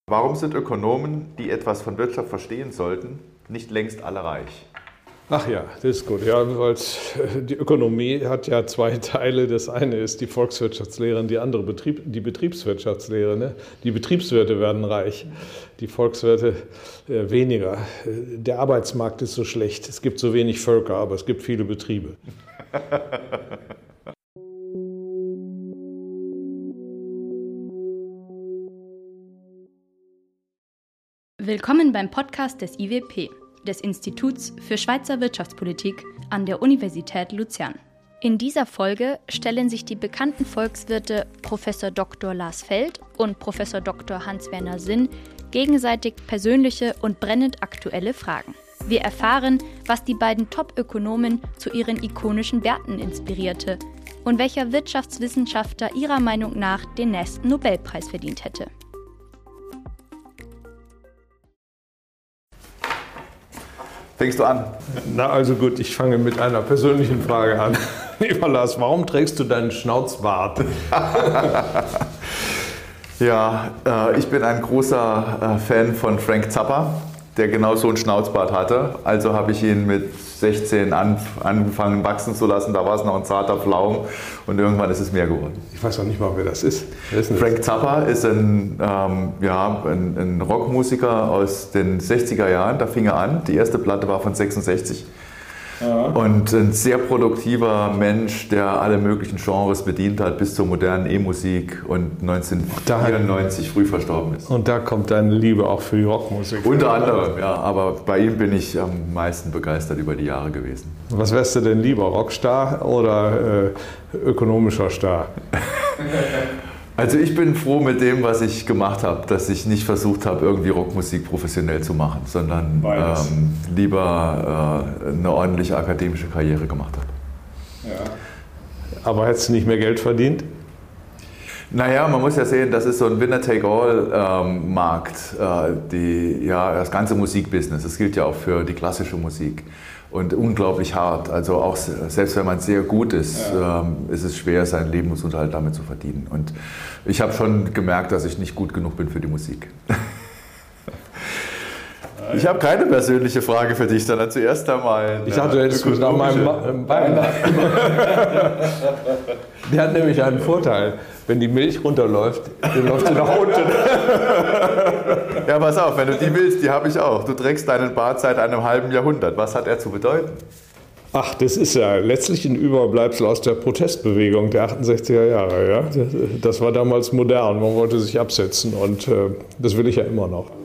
Warum sind Ökonomen, die etwas von Wirtschaft verstehen sollten, nicht längst alle reich? Ach ja, das ist gut. Ja, weil die Ökonomie hat ja zwei Teile. Das eine ist die Volkswirtschaftslehre und die andere die Betriebswirtschaftslehre. Ne? Die Betriebswirte werden reich, die Volkswirte weniger. Der Arbeitsmarkt ist so schlecht. Es gibt so wenig Völker, aber es gibt viele Betriebe. Willkommen beim Podcast des IWP, des Instituts für Schweizer Wirtschaftspolitik an der Universität Luzern. In dieser Folge stellen sich die bekannten Volkswirte Prof. Dr. Lars Feld und Prof. Dr. Hans-Werner Sinn gegenseitig persönliche und brennend aktuelle Fragen. Wir erfahren, was die beiden Top-Ökonomen zu ihren ikonischen Werten inspirierte und welcher Wirtschaftswissenschaftler ihrer Meinung nach den nächsten Nobelpreis verdient hätte. Fängst du an? Na also gut, ich fange mit einer persönlichen Frage an. Lieber Lars, warum trägst du deinen Schnauzbart? Ja, ich bin ein großer Fan von Frank Zappa, der genau so einen Schnauzbart hatte. Also habe ich ihn mit 16 angefangen wachsen zu lassen. Da war es noch ein zarter Pflaum und irgendwann ist es mehr geworden. Ich weiß auch nicht mal, wer das ist. Frank Zappa ist ein Rockmusiker aus den 60er Jahren. Da fing er an. Die erste Platte war von 66. Ja. Und ein sehr produktiver Mensch, der alle möglichen Genres bedient hat, bis zur modernen E-Musik und 1994 früh verstorben ist. Und da kommt deine Liebe auch für die Rockmusik. Unter anderem, ja. Aber bei ihm bin ich am meisten begeistert über die Jahre gewesen. Was wärst du denn lieber, Rockstar oder ökonomischer Star? Also ich bin froh mit dem, was ich gemacht habe, dass ich nicht versucht habe, irgendwie Rockmusik professionell zu machen, sondern lieber eine ordentliche akademische Karriere gemacht habe. Ja. Aber hättest du nicht mehr Geld verdient? Naja, man muss ja sehen, das ist so ein Winner-Take-All-Markt, das ganze Musikbusiness. Das gilt ja auch für die klassische Musik. Und unglaublich hart. Also auch selbst wenn man sehr gut ist, ist es schwer, seinen Lebensunterhalt damit zu verdienen. Und ich habe schon gemerkt, dass ich nicht gut genug bin für die Musik. Ich habe keine persönliche Frage für dich, sondern zuerst einmal. Ich dachte, du hättest nach meinem Bein. Der hat nämlich einen Vorteil. Wenn die Milch runterläuft, dann läuft sie nach unten. Ja, pass auf, wenn du die willst, die habe ich auch. Du trägst deinen Bart seit einem halben Jahrhundert. Was hat er zu bedeuten? Ach, das ist ja letztlich ein Überbleibsel aus der Protestbewegung der 68er Jahre. Ja? Das war damals modern, man wollte sich absetzen und das will ich ja immer noch.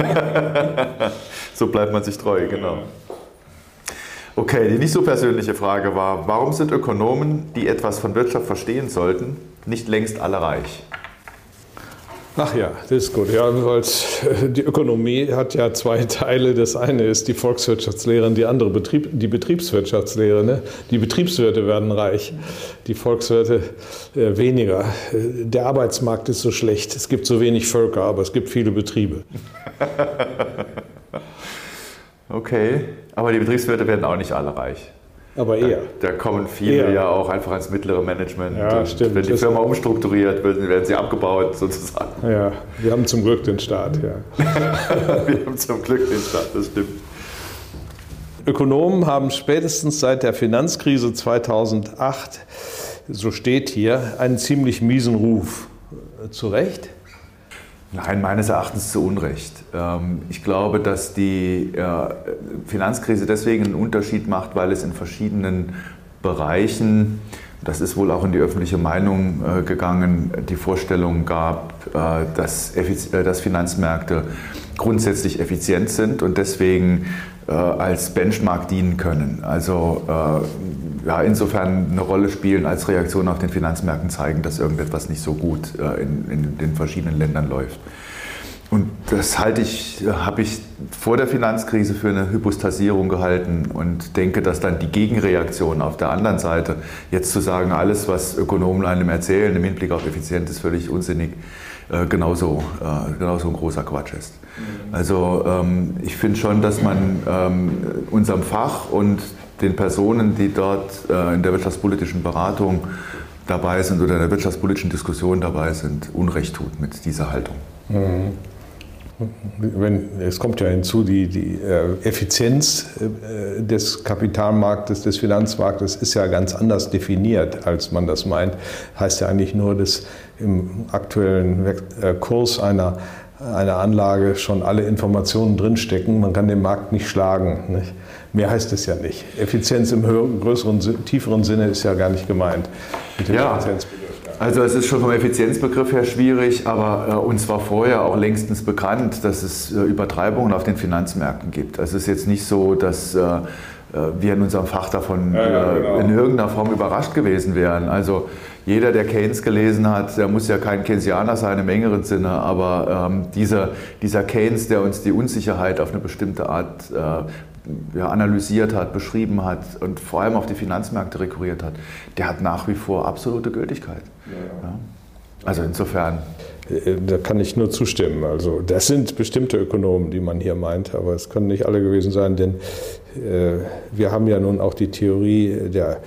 So bleibt man sich treu, genau. Okay, die nicht so persönliche Frage war, warum sind Ökonomen, die etwas von Wirtschaft verstehen sollten, nicht längst alle reich? Ach ja, das ist gut. Ja, weil die Ökonomie hat ja zwei Teile. Das eine ist die Volkswirtschaftslehre und die andere die Betriebswirtschaftslehre. Ne? Die Betriebswirte werden reich, die Volkswirte weniger. Der Arbeitsmarkt ist so schlecht. Es gibt so wenig Völker, aber es gibt viele Betriebe. Okay, aber die Betriebswirte werden auch nicht alle reich. Aber eher. Da kommen viele ja auch einfach ans mittlere Management. Ja, stimmt. Wenn die Firma umstrukturiert wird, werden sie abgebaut sozusagen. Ja, wir haben zum Glück den Staat. Ja. Wir haben zum Glück den Staat, das stimmt. Ökonomen haben spätestens seit der Finanzkrise 2008, so steht hier, einen ziemlich miesen Ruf. Zu Recht? Nein, meines Erachtens zu Unrecht. Ich glaube, dass die Finanzkrise deswegen einen Unterschied macht, weil es in verschiedenen Bereichen, das ist wohl auch in die öffentliche Meinung gegangen, die Vorstellung gab, dass Finanzmärkte grundsätzlich effizient sind und deswegen als Benchmark dienen können. Also insofern eine Rolle spielen, als Reaktion auf den Finanzmärkten zeigen, dass irgendetwas nicht so gut in den verschiedenen Ländern läuft. Und das habe ich vor der Finanzkrise für eine Hypostasierung gehalten und denke, dass dann die Gegenreaktion auf der anderen Seite, jetzt zu sagen, alles, was Ökonomen einem erzählen im Hinblick auf Effizienz, ist völlig unsinnig, genauso ein großer Quatsch ist. Also ich finde schon, dass man unserem Fach und den Personen, die dort in der wirtschaftspolitischen Beratung dabei sind oder in der wirtschaftspolitischen Diskussion dabei sind, Unrecht tut mit dieser Haltung. Es kommt ja hinzu, die Effizienz des Kapitalmarktes, des Finanzmarktes ist ja ganz anders definiert, als man das meint. Heißt ja eigentlich nur, dass im aktuellen Kurs einer Anlage schon alle Informationen drinstecken. Man kann den Markt nicht schlagen. Nicht? Mehr heißt es ja nicht. Effizienz im größeren, tieferen Sinne ist ja gar nicht gemeint. Mit dem Effizienzbegriff. Also es ist schon vom Effizienzbegriff her schwierig, aber uns war vorher auch längstens bekannt, dass es Übertreibungen auf den Finanzmärkten gibt. Also es ist jetzt nicht so, dass wir in unserem Fach davon in irgendeiner Form überrascht gewesen wären. Also jeder, der Keynes gelesen hat, der muss ja kein Keynesianer sein im engeren Sinne, aber dieser Keynes, der uns die Unsicherheit auf eine bestimmte Art analysiert hat, beschrieben hat und vor allem auf die Finanzmärkte rekurriert hat, der hat nach wie vor absolute Gültigkeit. Ja. Also insofern. Da kann ich nur zustimmen. Also das sind bestimmte Ökonomen, die man hier meint, aber es können nicht alle gewesen sein, denn wir haben ja nun auch die Theorie der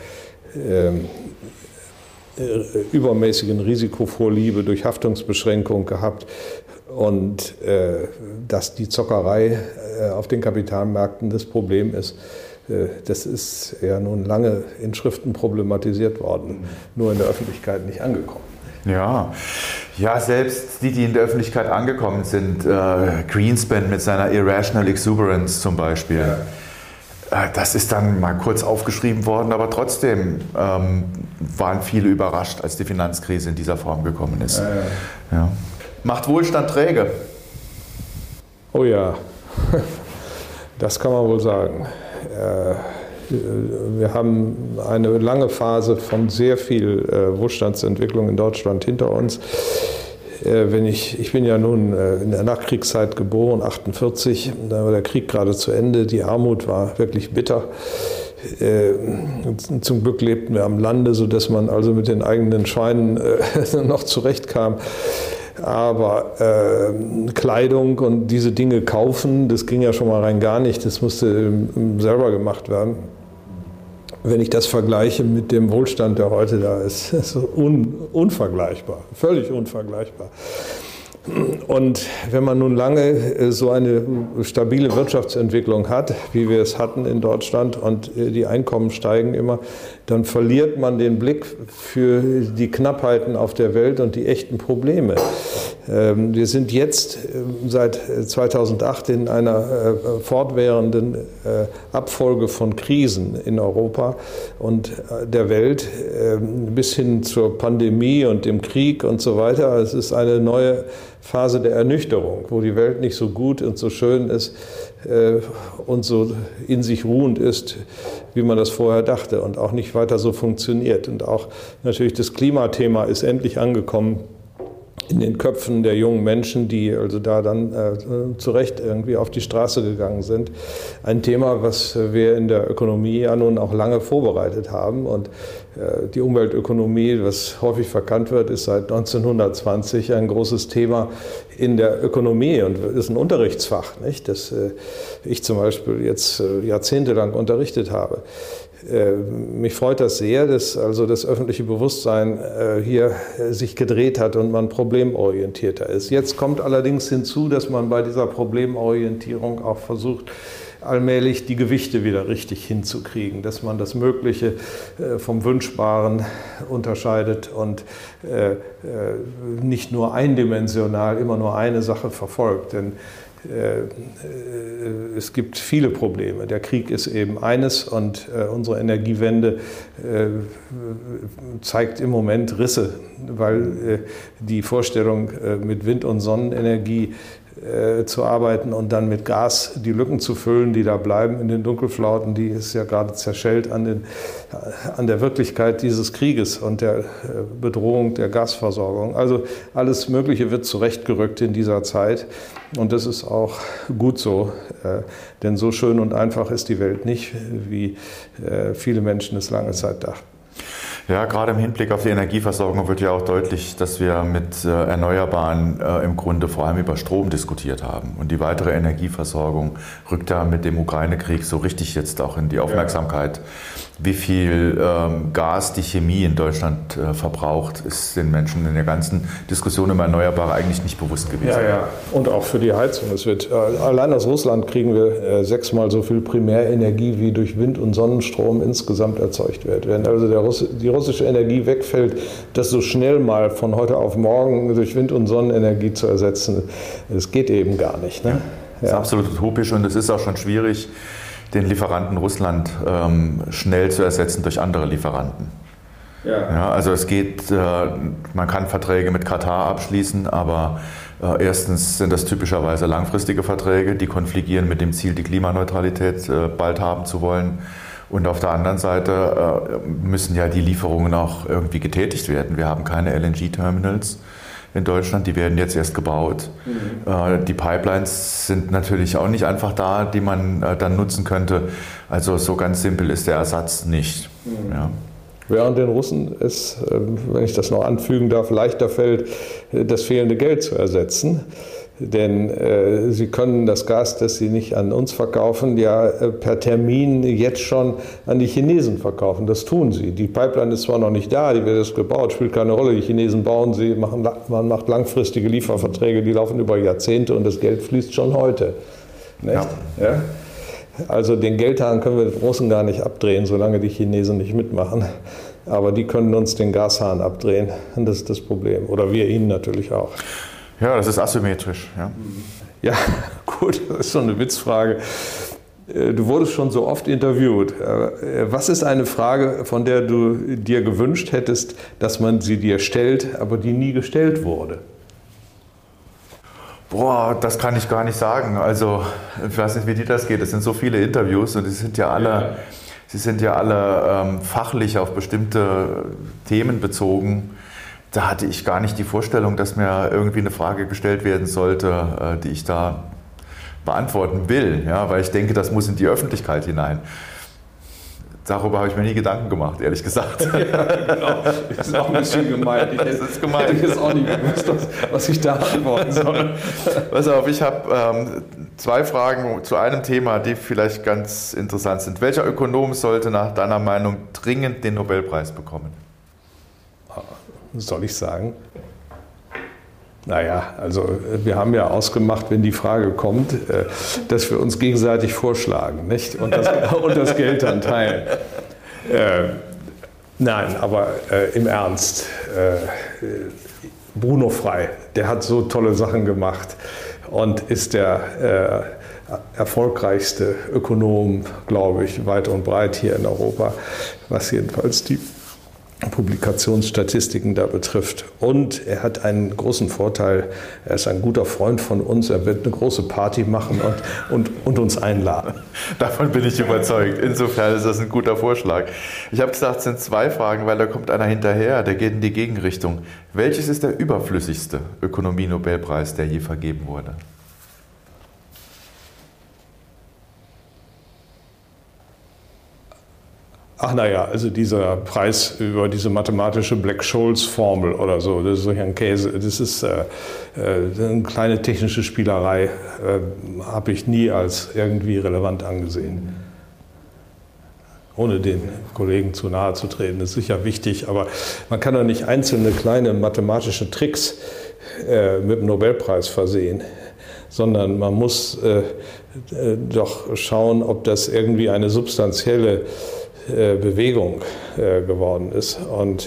übermäßigen Risikovorliebe durch Haftungsbeschränkung gehabt und dass die Zockerei auf den Kapitalmärkten das Problem ist. Das ist ja nun lange in Schriften problematisiert worden, nur in der Öffentlichkeit nicht angekommen. Ja, selbst die in der Öffentlichkeit angekommen sind, Greenspan mit seiner Irrational Exuberance zum Beispiel, das ist dann mal kurz aufgeschrieben worden, aber trotzdem waren viele überrascht, als die Finanzkrise in dieser Form gekommen ist. Ja. Macht Wohlstand träge? Oh ja, das kann man wohl sagen. Wir haben eine lange Phase von sehr viel Wohlstandsentwicklung in Deutschland hinter uns. Ich bin ja nun in der Nachkriegszeit geboren, 1948, da war der Krieg gerade zu Ende, die Armut war wirklich bitter. Zum Glück lebten wir am Lande, sodass man also mit den eigenen Schweinen noch zurechtkam. Aber Kleidung und diese Dinge kaufen, das ging ja schon mal rein gar nicht, das musste selber gemacht werden. Wenn ich das vergleiche mit dem Wohlstand, der heute da ist, ist unvergleichbar, völlig unvergleichbar. Und wenn man nun lange so eine stabile Wirtschaftsentwicklung hat, wie wir es hatten in Deutschland, und die Einkommen steigen immer, dann verliert man den Blick für die Knappheiten auf der Welt und die echten Probleme. Wir sind jetzt seit 2008 in einer fortwährenden Abfolge von Krisen in Europa und der Welt bis hin zur Pandemie und dem Krieg und so weiter. Es ist eine neue Phase der Ernüchterung, wo die Welt nicht so gut und so schön ist und so in sich ruhend ist, wie man das vorher dachte und auch nicht weiter so funktioniert. Und auch natürlich das Klimathema ist endlich angekommen in den Köpfen der jungen Menschen, die also da dann zu Recht irgendwie auf die Straße gegangen sind. Ein Thema, was wir in der Ökonomie ja nun auch lange vorbereitet haben. Und die Umweltökonomie, was häufig verkannt wird, ist seit 1920 ein großes Thema in der Ökonomie und ist ein Unterrichtsfach, nicht? Das ich zum Beispiel jetzt jahrzehntelang unterrichtet habe. Mich freut das sehr, dass also das öffentliche Bewusstsein hier sich gedreht hat und man problemorientierter ist. Jetzt kommt allerdings hinzu, dass man bei dieser Problemorientierung auch versucht, allmählich die Gewichte wieder richtig hinzukriegen, dass man das Mögliche vom Wünschbaren unterscheidet und nicht nur eindimensional immer nur eine Sache verfolgt. Denn es gibt viele Probleme. Der Krieg ist eben eines und unsere Energiewende zeigt im Moment Risse, weil die Vorstellung, mit Wind- und Sonnenenergie zu arbeiten und dann mit Gas die Lücken zu füllen, die da bleiben in den Dunkelflauten, die ist ja gerade zerschellt an der Wirklichkeit dieses Krieges und der Bedrohung der Gasversorgung. Also alles Mögliche wird zurechtgerückt in dieser Zeit und das ist auch gut so, denn so schön und einfach ist die Welt nicht, wie viele Menschen es lange Zeit dachten. Ja, gerade im Hinblick auf die Energieversorgung wird ja auch deutlich, dass wir mit Erneuerbaren im Grunde vor allem über Strom diskutiert haben. Und die weitere Energieversorgung rückt da mit dem Ukraine-Krieg so richtig jetzt auch in die Aufmerksamkeit. Ja. Wie viel Gas die Chemie in Deutschland verbraucht, ist den Menschen in der ganzen Diskussion über Erneuerbare eigentlich nicht bewusst gewesen. Ja, ja. Und auch für die Heizung. Es wird, allein aus Russland kriegen wir 6-mal so viel Primärenergie, wie durch Wind- und Sonnenstrom insgesamt erzeugt wird. Wenn also die russische Energie wegfällt, das so schnell mal von heute auf morgen durch Wind- und Sonnenenergie zu ersetzen, das geht eben gar nicht. Ne? Ja. Das ist absolut utopisch und es ist auch schon schwierig, den Lieferanten Russland schnell zu ersetzen durch andere Lieferanten. Ja, also es geht, man kann Verträge mit Katar abschließen, aber erstens sind das typischerweise langfristige Verträge, die konfligieren mit dem Ziel, die Klimaneutralität bald haben zu wollen. Und auf der anderen Seite müssen ja die Lieferungen auch irgendwie getätigt werden. Wir haben keine LNG-Terminals in Deutschland, die werden jetzt erst gebaut. Die Pipelines sind natürlich auch nicht einfach da, die man dann nutzen könnte. Also so ganz simpel ist der Ersatz nicht. Ja. Während den Russen es, wenn ich das noch anfügen darf, leichter fällt, das fehlende Geld zu ersetzen. Denn sie können das Gas, das sie nicht an uns verkaufen, ja per Termin jetzt schon an die Chinesen verkaufen. Das tun sie. Die Pipeline ist zwar noch nicht da, die wird jetzt gebaut, spielt keine Rolle. Die Chinesen bauen sie, man macht langfristige Lieferverträge, die laufen über Jahrzehnte und das Geld fließt schon heute. Ja. Ja? Also den Geldhahn können wir den Russen gar nicht abdrehen, solange die Chinesen nicht mitmachen. Aber die können uns den Gashahn abdrehen. Und das ist das Problem. Oder wir ihnen natürlich auch. Ja, das ist asymmetrisch. Ja, ja, gut, das ist schon eine Witzfrage. Du wurdest schon so oft interviewt. Was ist eine Frage, von der du dir gewünscht hättest, dass man sie dir stellt, aber die nie gestellt wurde? Boah, das kann ich gar nicht sagen. Also, ich weiß nicht, wie dir das geht. Es sind so viele Interviews und die sind ja alle, sie sind ja alle fachlich auf bestimmte Themen bezogen. Da hatte ich gar nicht die Vorstellung, dass mir irgendwie eine Frage gestellt werden sollte, die ich da beantworten will. Ja, weil ich denke, das muss in die Öffentlichkeit hinein. Darüber habe ich mir nie Gedanken gemacht, ehrlich gesagt. Ja, genau. Das ist auch ein bisschen gemein. Das ist gemein. Ich hätte jetzt auch nicht gewusst, was ich da antworten soll. Pass auf, ich habe 2 Fragen zu einem Thema, die vielleicht ganz interessant sind. Welcher Ökonom sollte nach deiner Meinung dringend den Nobelpreis bekommen? Soll ich sagen? Naja, also wir haben ja ausgemacht, wenn die Frage kommt, dass wir uns gegenseitig vorschlagen, nicht? Und das Geld dann teilen. Nein, aber im Ernst, Bruno Frey, der hat so tolle Sachen gemacht und ist der erfolgreichste Ökonom, glaube ich, weit und breit hier in Europa, was jedenfalls die Publikationsstatistiken da betrifft. Und er hat einen großen Vorteil, er ist ein guter Freund von uns, er wird eine große Party machen und uns einladen. Davon bin ich überzeugt. Insofern ist das ein guter Vorschlag. Ich habe gesagt, es sind 2 Fragen, weil da kommt einer hinterher, der geht in die Gegenrichtung. Welches ist der überflüssigste Ökonomie-Nobelpreis, der je vergeben wurde? Ach naja, also dieser Preis über diese mathematische Black-Scholes-Formel oder so, das ist solch ein Käse, das ist eine kleine technische Spielerei, habe ich nie als irgendwie relevant angesehen. Ohne den Kollegen zu nahe zu treten, ist sicher wichtig, aber man kann doch nicht einzelne kleine mathematische Tricks mit dem Nobelpreis versehen, sondern man muss doch schauen, ob das irgendwie eine substanzielle Bewegung geworden ist. Und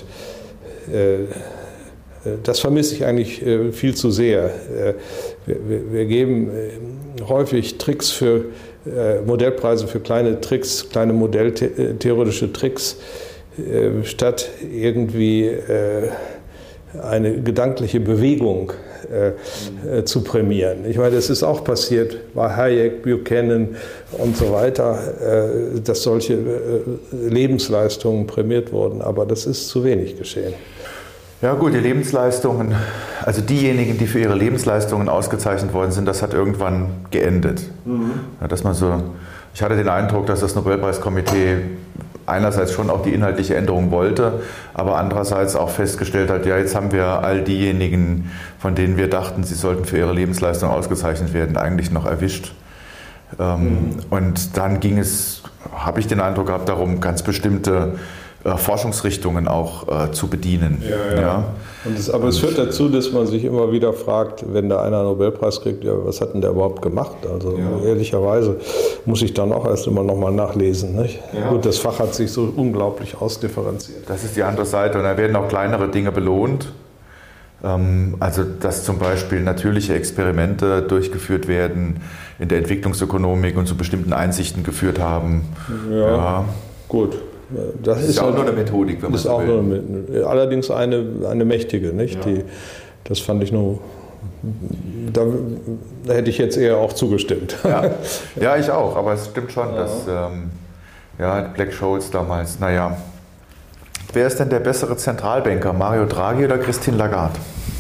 das vermisse ich eigentlich viel zu sehr. Wir geben häufig Tricks für Modellpreise für kleine Tricks, kleine modelltheoretische Tricks, statt irgendwie eine gedankliche Bewegung zu prämieren. Ich meine, es ist auch passiert bei Hayek, Buchanan und so weiter, dass solche Lebensleistungen prämiert wurden, aber das ist zu wenig geschehen. Ja gut, die Lebensleistungen, also diejenigen, die für ihre Lebensleistungen ausgezeichnet worden sind, das hat irgendwann geendet. Ja, dass man so, ich hatte den Eindruck, dass das Nobelpreiskomitee einerseits schon auch die inhaltliche Änderung wollte, aber andererseits auch festgestellt hat, ja, jetzt haben wir all diejenigen, von denen wir dachten, sie sollten für ihre Lebensleistung ausgezeichnet werden, eigentlich noch erwischt. Und dann ging es, habe ich den Eindruck gehabt, darum, ganz bestimmte Forschungsrichtungen auch zu bedienen. Ja. Aber es führt dazu, dass man sich immer wieder fragt, wenn da einer einen Nobelpreis kriegt, ja, was hat denn der überhaupt gemacht? Also ehrlicherweise muss ich dann auch erst immer nochmal nachlesen. Nicht? Ja. Gut, das Fach hat sich so unglaublich ausdifferenziert. Das ist die andere Seite und da werden auch kleinere Dinge belohnt. Also dass zum Beispiel natürliche Experimente durchgeführt werden in der Entwicklungsökonomik und zu bestimmten Einsichten geführt haben. Ja. Gut. Das ist auch nur eine Methodik, wenn man so will. Allerdings eine mächtige, nicht? Ja. Das fand ich nur, da hätte ich jetzt eher auch zugestimmt. Ja, ich auch, aber es stimmt schon, dass Black-Scholes damals, wer ist denn der bessere Zentralbanker, Mario Draghi oder Christine Lagarde?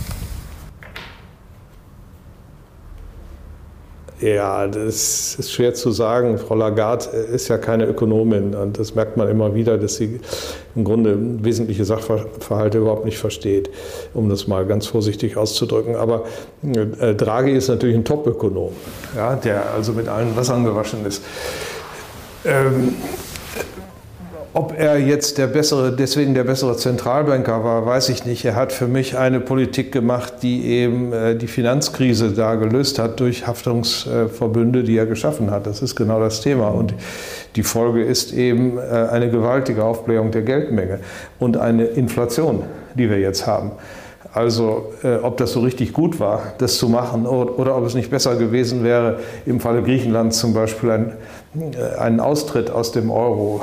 Ja, das ist schwer zu sagen. Frau Lagarde ist ja keine Ökonomin und das merkt man immer wieder, dass sie im Grunde wesentliche Sachverhalte überhaupt nicht versteht, um das mal ganz vorsichtig auszudrücken. Aber Draghi ist natürlich ein Top-Ökonom, ja, der also mit allen Wassern gewaschen ist. Ob er jetzt deswegen der bessere Zentralbanker war, weiß ich nicht. Er hat für mich eine Politik gemacht, die eben die Finanzkrise da gelöst hat durch Haftungsverbünde, die er geschaffen hat. Das ist genau das Thema. Und die Folge ist eben eine gewaltige Aufblähung der Geldmenge und eine Inflation, die wir jetzt haben. Also ob das so richtig gut war, das zu machen, oder ob es nicht besser gewesen wäre, im Falle Griechenlands zum Beispiel einen Austritt aus dem Euro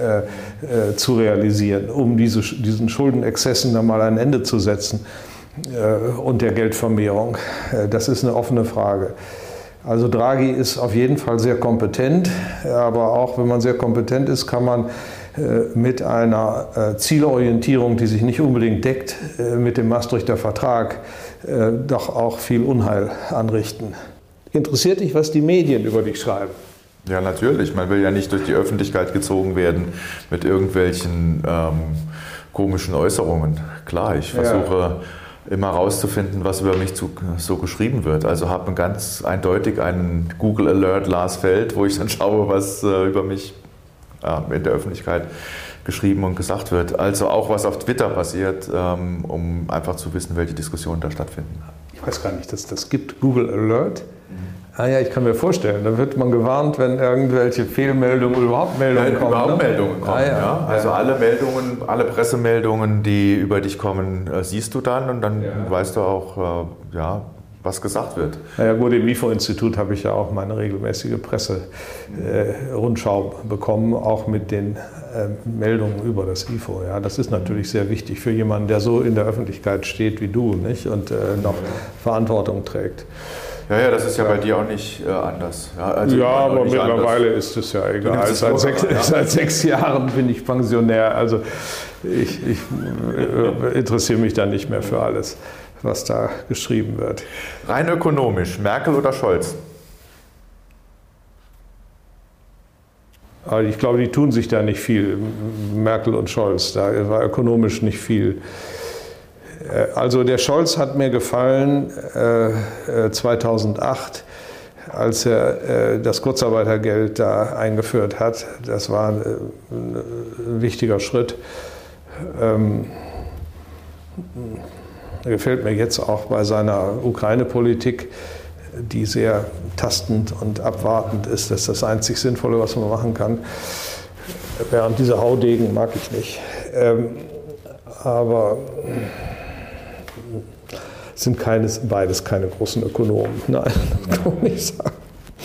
zu realisieren, um diesen Schuldenexzessen dann mal ein Ende zu setzen und der Geldvermehrung. Das ist eine offene Frage. Also Draghi ist auf jeden Fall sehr kompetent, aber auch wenn man sehr kompetent ist, kann man mit einer Zielorientierung, die sich nicht unbedingt deckt mit dem Maastrichter Vertrag, doch auch viel Unheil anrichten. Interessiert dich, was die Medien über dich schreiben? Ja, natürlich. Man will ja nicht durch die Öffentlichkeit gezogen werden mit irgendwelchen komischen Äußerungen. Klar, ich versuche immer rauszufinden, was über mich so geschrieben wird. Also habe ganz eindeutig einen Google Alert Lars Feld, wo ich dann schaue, was über mich in der Öffentlichkeit geschrieben und gesagt wird. Also auch was auf Twitter passiert, um einfach zu wissen, welche Diskussionen da stattfinden. Ich weiß gar nicht, dass das gibt. Google Alert? Ah ja, ich kann mir vorstellen, da wird man gewarnt, wenn irgendwelche Fehlmeldungen oder überhaupt Meldungen kommen. Überhaupt Meldungen kommen, ja. Also alle Meldungen, alle Pressemeldungen, die über dich kommen, siehst du dann und dann weißt du auch, was gesagt wird. Ja gut, im IFO-Institut habe ich ja auch meine regelmäßige Presse-Rundschau bekommen, auch mit den Meldungen über das IFO. Ja, das ist natürlich sehr wichtig für jemanden, der so in der Öffentlichkeit steht wie du, nicht? Und noch Verantwortung trägt. Ja, das ist ja bei dir auch nicht anders. Ja, aber mittlerweile ist es ja egal. Seit 6 Jahren bin ich Pensionär. Also ich interessiere mich da nicht mehr für alles, was da geschrieben wird. Rein ökonomisch, Merkel oder Scholz? Ich glaube, die tun sich da nicht viel, Merkel und Scholz. Da war ökonomisch nicht viel. Also der Scholz hat mir gefallen 2008, als er das Kurzarbeitergeld da eingeführt hat. Das war ein wichtiger Schritt. Gefällt mir jetzt auch bei seiner Ukraine-Politik, die sehr tastend und abwartend ist. Das ist das einzig Sinnvolle, was man machen kann. Während diese Haudegen mag ich nicht. Aber sind beides keine großen Ökonomen. Nein, das kann man nicht sagen.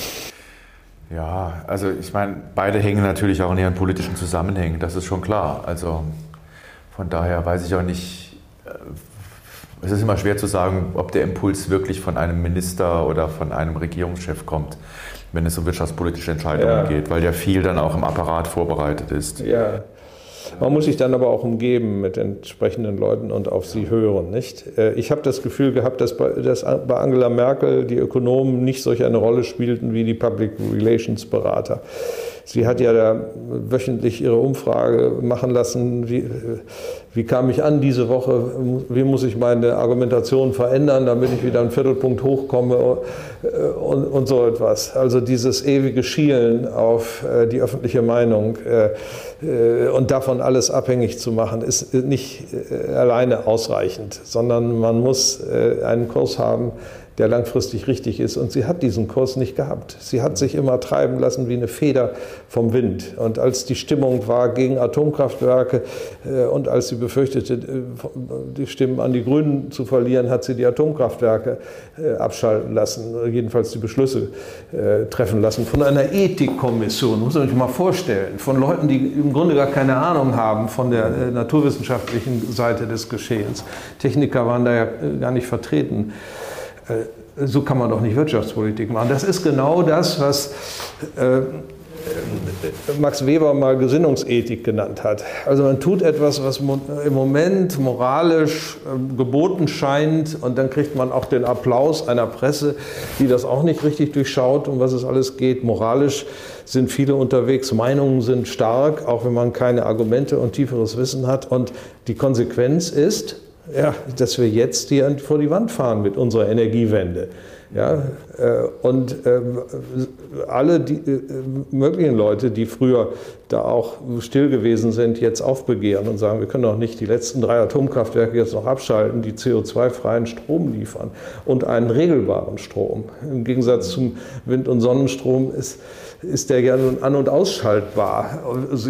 Ja, also ich meine, beide hängen natürlich auch in ihren politischen Zusammenhängen, das ist schon klar. Also von daher weiß ich auch nicht, es ist immer schwer zu sagen, ob der Impuls wirklich von einem Minister oder von einem Regierungschef kommt, wenn es um wirtschaftspolitische Entscheidungen geht, weil ja viel dann auch im Apparat vorbereitet ist. Ja. Man muss sich dann aber auch umgeben mit entsprechenden Leuten und auf sie hören, nicht? Ich habe das Gefühl gehabt, dass bei Angela Merkel die Ökonomen nicht solch eine Rolle spielten wie die Public Relations Berater. Sie hat ja da wöchentlich ihre Umfrage machen lassen, wie kam ich an diese Woche, wie muss ich meine Argumentation verändern, damit ich wieder einen Viertelpunkt hochkomme und so etwas. Also dieses ewige Schielen auf die öffentliche Meinung und davon alles abhängig zu machen, ist nicht alleine ausreichend, sondern man muss einen Kurs haben, der langfristig richtig ist. Und sie hat diesen Kurs nicht gehabt. Sie hat sich immer treiben lassen wie eine Feder vom Wind. Und als die Stimmung war gegen Atomkraftwerke und als sie befürchtete, die Stimmen an die Grünen zu verlieren, hat sie die Atomkraftwerke abschalten lassen, jedenfalls die Beschlüsse treffen lassen. Von einer Ethikkommission, muss man sich mal vorstellen, von Leuten, die im Grunde gar keine Ahnung haben von der naturwissenschaftlichen Seite des Geschehens. Techniker waren da ja gar nicht vertreten. So kann man doch nicht Wirtschaftspolitik machen. Das ist genau das, was Max Weber mal Gesinnungsethik genannt hat. Also man tut etwas, was im Moment moralisch geboten scheint, und dann kriegt man auch den Applaus einer Presse, die das auch nicht richtig durchschaut, um was es alles geht. Moralisch sind viele unterwegs, Meinungen sind stark, auch wenn man keine Argumente und tieferes Wissen hat. Und die Konsequenz ist, ja, dass wir jetzt hier vor die Wand fahren mit unserer Energiewende. Ja, und alle die möglichen Leute, die früher da auch still gewesen sind, jetzt aufbegehren und sagen, wir können doch nicht die letzten 3 Atomkraftwerke jetzt noch abschalten, die CO2-freien Strom liefern und einen regelbaren Strom. Im Gegensatz zum Wind- und Sonnenstrom ist der ja nun an- und ausschaltbar. Also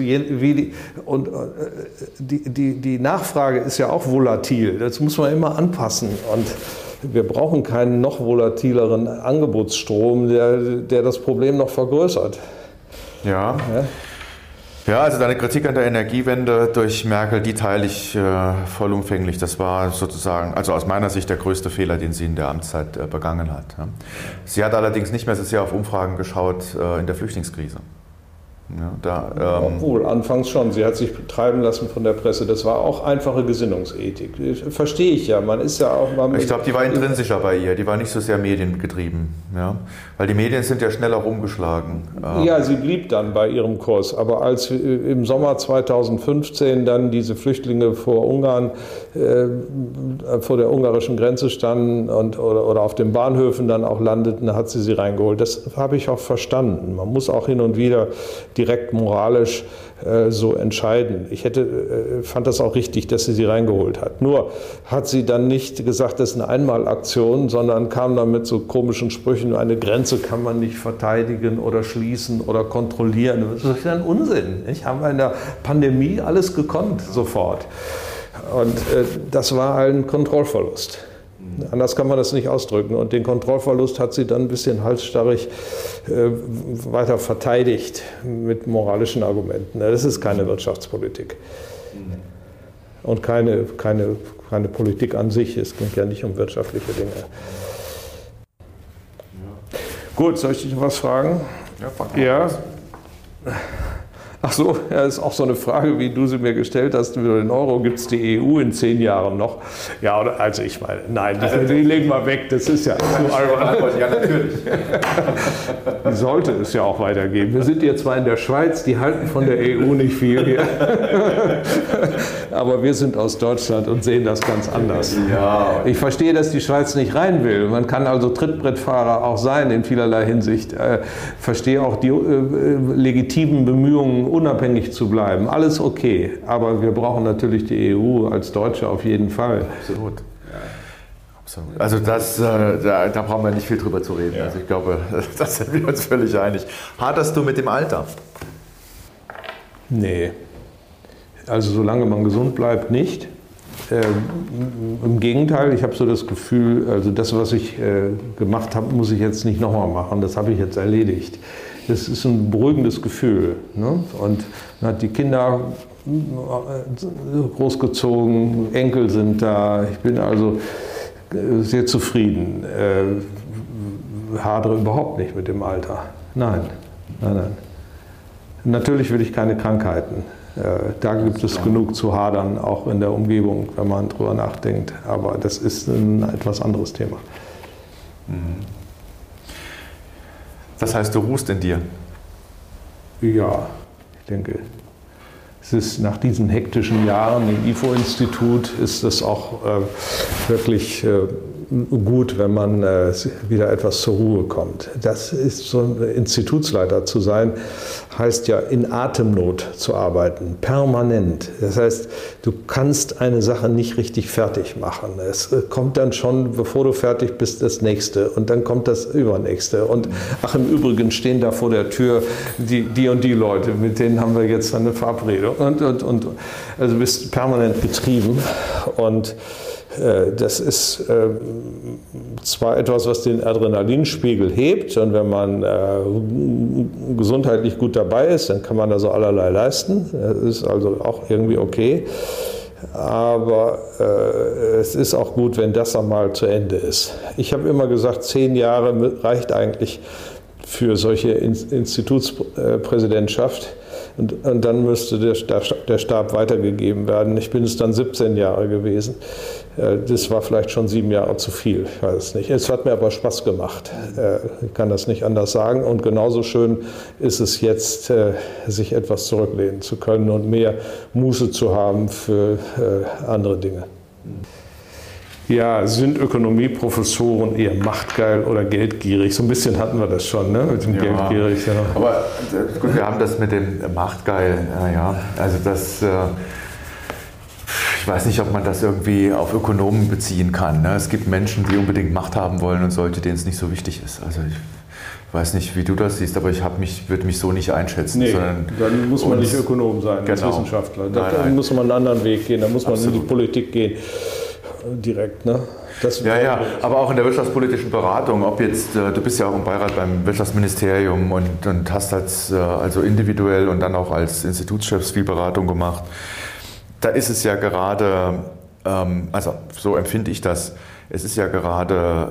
die Nachfrage ist ja auch volatil. Das muss man immer anpassen. Und wir brauchen keinen noch volatileren Angebotsstrom, der das Problem noch vergrößert. Ja. Ja, also deine Kritik an der Energiewende durch Merkel, die teile ich vollumfänglich. Das war sozusagen, also aus meiner Sicht, der größte Fehler, den sie in der Amtszeit begangen hat. Sie hat allerdings nicht mehr so sehr auf Umfragen geschaut in der Flüchtlingskrise. Ja, obwohl, anfangs schon. Sie hat sich treiben lassen von der Presse. Das war auch einfache Gesinnungsethik. Verstehe ich ja. Man ist ja auch mal. Ich glaube, die war intrinsischer bei ihr. Die war nicht so sehr mediengetrieben. Ja? Weil die Medien sind ja schneller rumgeschlagen. Ja, sie blieb dann bei ihrem Kurs. Aber als im Sommer 2015 dann diese Flüchtlinge vor Ungarn, vor der ungarischen Grenze standen oder auf den Bahnhöfen dann auch landeten, hat sie reingeholt. Das habe ich auch verstanden. Man muss auch hin und wieder direkt moralisch so entscheiden. Ich fand das auch richtig, dass sie reingeholt hat. Nur hat sie dann nicht gesagt, das ist eine Einmalaktion, sondern kam dann mit so komischen Sprüchen, eine Grenze kann man nicht verteidigen oder schließen oder kontrollieren. Das ist ja ein Unsinn. Haben wir in der Pandemie alles gekonnt, sofort. Und das war ein Kontrollverlust. Anders kann man das nicht ausdrücken. Und den Kontrollverlust hat sie dann ein bisschen halsstarrig weiter verteidigt mit moralischen Argumenten. Das ist keine Wirtschaftspolitik. Und keine Politik an sich. Es ging ja nicht um wirtschaftliche Dinge. Gut, soll ich dich noch was fragen? Ja, frag mal. Ja. Ach so, ja, das ist auch so eine Frage, wie du sie mir gestellt hast, über den Euro. Gibt es die EU in 10 Jahren noch? Ja, also ich meine, nein, die legen wir weg, das ist ja zu albern. Ja, natürlich. Sollte es ja auch weitergeben. Wir sind jetzt zwar in der Schweiz, die halten von der EU nicht viel hier. Aber wir sind aus Deutschland und sehen das ganz anders. Ja. Ich verstehe, dass die Schweiz nicht rein will. Man kann also Trittbrettfahrer auch sein in vielerlei Hinsicht. Verstehe auch die legitimen Bemühungen, unabhängig zu bleiben. Alles okay. Aber wir brauchen natürlich die EU als Deutsche auf jeden Fall. Absolut. Absolut. Also da brauchen wir nicht viel drüber zu reden. Ja. Also ich glaube, da sind wir uns völlig einig. Haderst du mit dem Alter? Nee. Also solange man gesund bleibt, nicht. Im Gegenteil, ich habe so das Gefühl, also das, was ich gemacht habe, muss ich jetzt nicht nochmal machen. Das habe ich jetzt erledigt. Das ist ein beruhigendes Gefühl. Ne? Und man hat die Kinder großgezogen, Enkel sind da. Ich bin also sehr zufrieden. Hadere überhaupt nicht mit dem Alter. Nein. Natürlich will ich keine Krankheiten. Da gibt es genug zu hadern, auch in der Umgebung, wenn man drüber nachdenkt. Aber das ist ein etwas anderes Thema. Das heißt, du ruhst in dir? Ja, ich denke, es ist nach diesen hektischen Jahren im IFO-Institut ist es auch wirklich gut, wenn man wieder etwas zur Ruhe kommt. Das ist so ein Institutsleiter zu sein, heißt ja in Atemnot zu arbeiten, permanent. Das heißt, du kannst eine Sache nicht richtig fertig machen. Es kommt dann schon, bevor du fertig bist, das Nächste und dann kommt das Übernächste. Und ach, im Übrigen stehen da vor der Tür die und die Leute, mit denen haben wir jetzt eine Verabredung. Und also du bist permanent getrieben und das ist zwar etwas, was den Adrenalinspiegel hebt und wenn man gesundheitlich gut dabei ist, dann kann man da so allerlei leisten. Das ist also auch irgendwie okay. Aber es ist auch gut, wenn das einmal zu Ende ist. Ich habe immer gesagt, 10 Jahre reicht eigentlich für solche Institutspräsidentschaft. Und dann müsste der Stab weitergegeben werden. Ich bin es dann 17 Jahre gewesen. Das war vielleicht schon 7 Jahre zu viel, ich weiß es nicht. Es hat mir aber Spaß gemacht. Ich kann das nicht anders sagen. Und genauso schön ist es jetzt, sich etwas zurücklehnen zu können und mehr Muße zu haben für andere Dinge. Ja, sind Ökonomieprofessoren eher machtgeil oder geldgierig? So ein bisschen hatten wir das schon, ne? Mit dem geldgierig. Ja. Aber gut, wir haben das mit dem machtgeil, also das, ich weiß nicht, ob man das irgendwie auf Ökonomen beziehen kann. Ne? Es gibt Menschen, die unbedingt Macht haben wollen und solche, denen es nicht so wichtig ist. Also ich weiß nicht, wie du das siehst, aber ich würde mich so nicht einschätzen. Nee, dann muss man nicht Ökonom sein, als Wissenschaftler. Dann muss man einen anderen Weg gehen, dann muss man in die Politik gehen. Direkt, ne? Ja, aber auch in der wirtschaftspolitischen Beratung, ob jetzt, du bist ja auch im Beirat beim Wirtschaftsministerium und hast also individuell und dann auch als Institutschef viel Beratung gemacht. Da ist es ja gerade, also so empfinde ich das, es ist ja gerade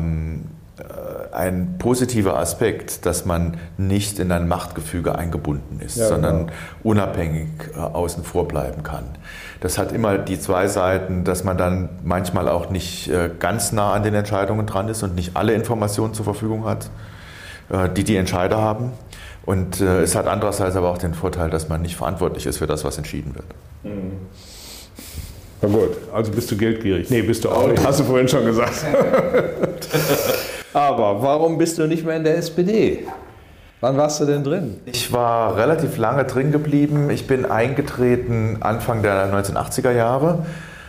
ein positiver Aspekt, dass man nicht in ein Machtgefüge eingebunden ist, sondern unabhängig außen vor bleiben kann. Das hat immer die zwei Seiten, dass man dann manchmal auch nicht ganz nah an den Entscheidungen dran ist und nicht alle Informationen zur Verfügung hat, die Entscheider haben. Und es hat andererseits aber auch den Vorteil, dass man nicht verantwortlich ist für das, was entschieden wird. Na gut, also bist du geldgierig? Nee, bist du auch nicht, hast du vorhin schon gesagt. Aber warum bist du nicht mehr in der SPD? Wann warst du denn drin? Ich war relativ lange drin geblieben. Ich bin eingetreten Anfang der 1980er Jahre.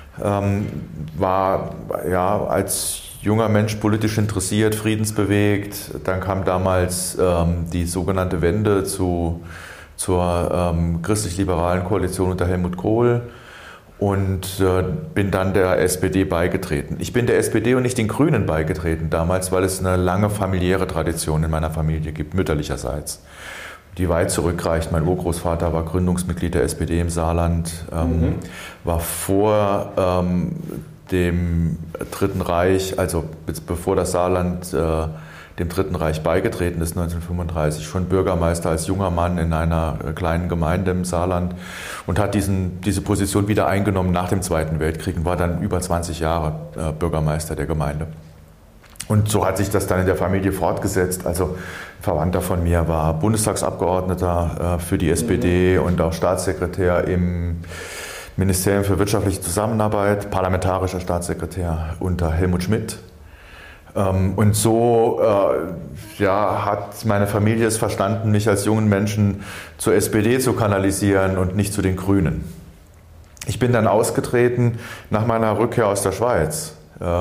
War ja als junger Mensch politisch interessiert, friedensbewegt. Dann kam damals die sogenannte Wende zur christlich-liberalen Koalition unter Helmut Kohl. Und bin dann der SPD beigetreten. Ich bin der SPD und nicht den Grünen beigetreten damals, weil es eine lange familiäre Tradition in meiner Familie gibt, mütterlicherseits, die weit zurückreicht. Mein Urgroßvater war Gründungsmitglied der SPD im Saarland, war vor dem Dritten Reich, also bevor das Saarland dem Dritten Reich beigetreten ist, 1935, schon Bürgermeister als junger Mann in einer kleinen Gemeinde im Saarland und hat diese Position wieder eingenommen nach dem Zweiten Weltkrieg und war dann über 20 Jahre Bürgermeister der Gemeinde. Und so hat sich das dann in der Familie fortgesetzt. Also ein Verwandter von mir war Bundestagsabgeordneter für die SPD und auch Staatssekretär im Ministerium für wirtschaftliche Zusammenarbeit, parlamentarischer Staatssekretär unter Helmut Schmidt. Und so hat meine Familie es verstanden, mich als jungen Menschen zur SPD zu kanalisieren und nicht zu den Grünen. Ich bin dann ausgetreten nach meiner Rückkehr aus der Schweiz,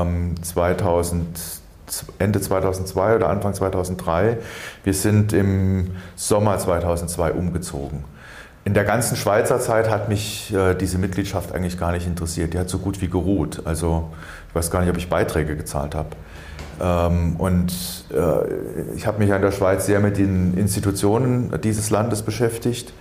Ende 2002 oder Anfang 2003. Wir sind im Sommer 2002 umgezogen. In der ganzen Schweizer Zeit hat mich diese Mitgliedschaft eigentlich gar nicht interessiert. Die hat so gut wie geruht. Also ich weiß gar nicht, ob ich Beiträge gezahlt habe. Ich habe mich in der Schweiz sehr mit den Institutionen dieses Landes beschäftigt,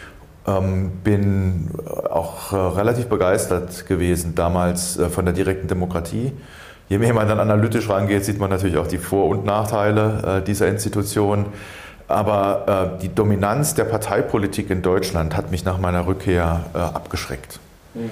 bin auch relativ begeistert gewesen damals von der direkten Demokratie. Je mehr man dann analytisch rangeht, sieht man natürlich auch die Vor- und Nachteile dieser Institution. Aber die Dominanz der Parteipolitik in Deutschland hat mich nach meiner Rückkehr abgeschreckt.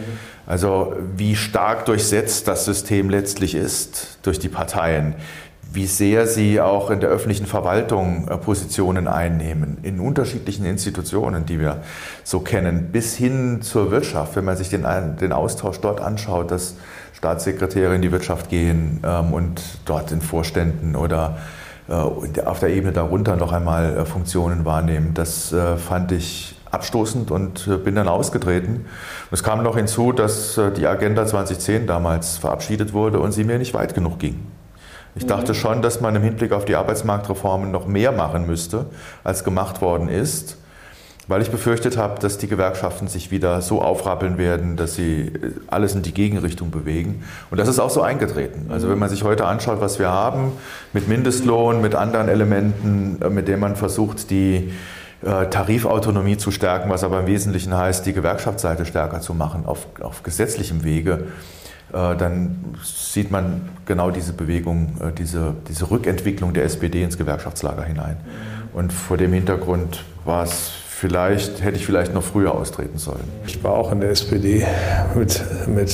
Also wie stark durchsetzt das System letztlich ist durch die Parteien, wie sehr sie auch in der öffentlichen Verwaltung Positionen einnehmen, in unterschiedlichen Institutionen, die wir so kennen, bis hin zur Wirtschaft. Wenn man sich den Austausch dort anschaut, dass Staatssekretäre in die Wirtschaft gehen und dort in Vorständen oder auf der Ebene darunter noch einmal Funktionen wahrnehmen, das fand ich abstoßend und bin dann ausgetreten. Es kam noch hinzu, dass die Agenda 2010 damals verabschiedet wurde und sie mir nicht weit genug ging. Ich dachte schon, dass man im Hinblick auf die Arbeitsmarktreformen noch mehr machen müsste, als gemacht worden ist, weil ich befürchtet habe, dass die Gewerkschaften sich wieder so aufrappeln werden, dass sie alles in die Gegenrichtung bewegen. Und das ist auch so eingetreten. Also wenn man sich heute anschaut, was wir haben, mit Mindestlohn, mit anderen Elementen, mit denen man versucht, die Tarifautonomie zu stärken, was aber im Wesentlichen heißt, die Gewerkschaftsseite stärker zu machen auf gesetzlichem Wege, dann sieht man genau diese Bewegung, diese Rückentwicklung der SPD ins Gewerkschaftslager hinein. Und vor dem Hintergrund hätte ich vielleicht noch früher austreten sollen. Ich war auch in der SPD mit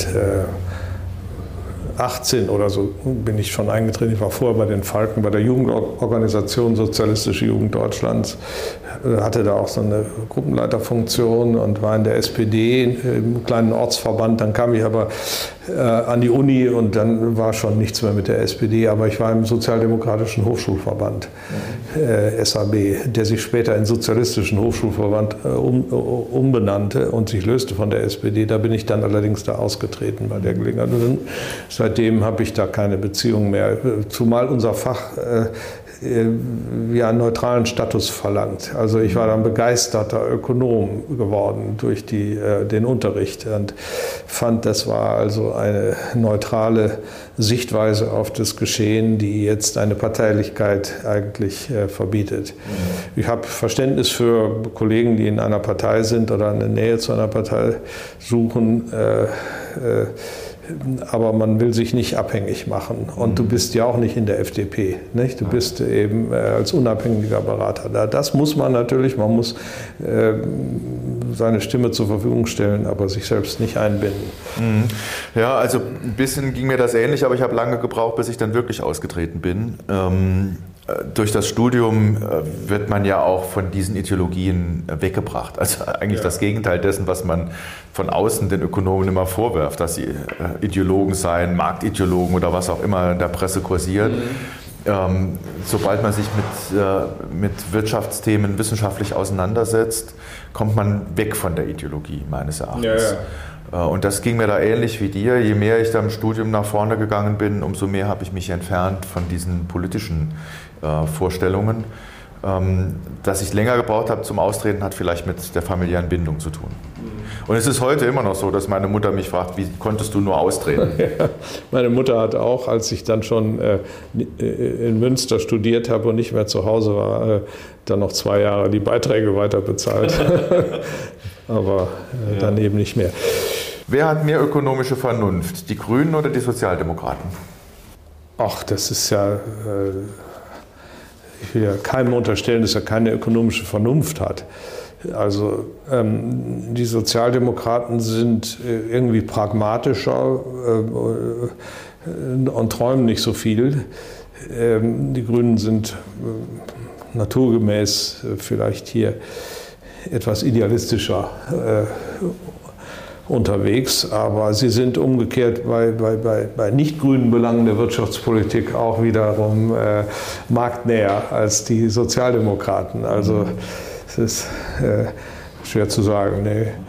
18 oder so bin ich schon eingetreten. Ich war vorher bei den Falken, bei der Jugendorganisation Sozialistische Jugend Deutschlands, hatte da auch so eine Gruppenleiterfunktion und war in der SPD, im kleinen Ortsverband. Dann kam ich aber an die Uni und dann war schon nichts mehr mit der SPD. Aber ich war im Sozialdemokratischen Hochschulverband, SAB, der sich später in Sozialistischen Hochschulverband umbenannte und sich löste von der SPD. Da bin ich dann allerdings da ausgetreten bei der Gelegenheit. Und seitdem habe ich da keine Beziehung mehr, zumal unser Fach einen neutralen Status verlangt. Also ich war dann begeisterter Ökonom geworden durch den Unterricht und fand, das war also eine neutrale Sichtweise auf das Geschehen, die jetzt eine Parteilichkeit eigentlich verbietet. Ich habe Verständnis für Kollegen, die in einer Partei sind oder eine Nähe zu einer Partei suchen, aber man will sich nicht abhängig machen. Und du bist ja auch nicht in der FDP. Nicht? Du bist eben als unabhängiger Berater da. Das muss man natürlich, man muss seine Stimme zur Verfügung stellen, aber sich selbst nicht einbinden. Ja, also ein bisschen ging mir das ähnlich, aber ich habe lange gebraucht, bis ich dann wirklich ausgetreten bin. Durch das Studium wird man ja auch von diesen Ideologien weggebracht. Also eigentlich das Gegenteil dessen, was man von außen den Ökonomen immer vorwirft, dass sie Ideologen seien, Marktideologen oder was auch immer in der Presse kursiert. Sobald man sich mit Wirtschaftsthemen wissenschaftlich auseinandersetzt, kommt man weg von der Ideologie, meines Erachtens. Und das ging mir da ähnlich wie dir. Je mehr ich da im Studium nach vorne gegangen bin, umso mehr habe ich mich entfernt von diesen politischen Vorstellungen. Dass ich länger gebraucht habe zum Austreten, hat vielleicht mit der familiären Bindung zu tun. Und es ist heute immer noch so, dass meine Mutter mich fragt, wie konntest du nur austreten? Ja, meine Mutter hat auch, als ich dann schon in Münster studiert habe und nicht mehr zu Hause war, dann noch 2 Jahre die Beiträge weiter bezahlt. Aber dann eben nicht mehr. Wer hat mehr ökonomische Vernunft, die Grünen oder die Sozialdemokraten? Ach, das ist ja, ich will ja keinem unterstellen, dass er keine ökonomische Vernunft hat. Also die Sozialdemokraten sind irgendwie pragmatischer und träumen nicht so viel. Die Grünen sind naturgemäß vielleicht hier etwas idealistischer unterwegs, aber sie sind umgekehrt bei nicht grünen Belangen der Wirtschaftspolitik auch wiederum marktnäher als die Sozialdemokraten. Also es ist schwer zu sagen. Nee.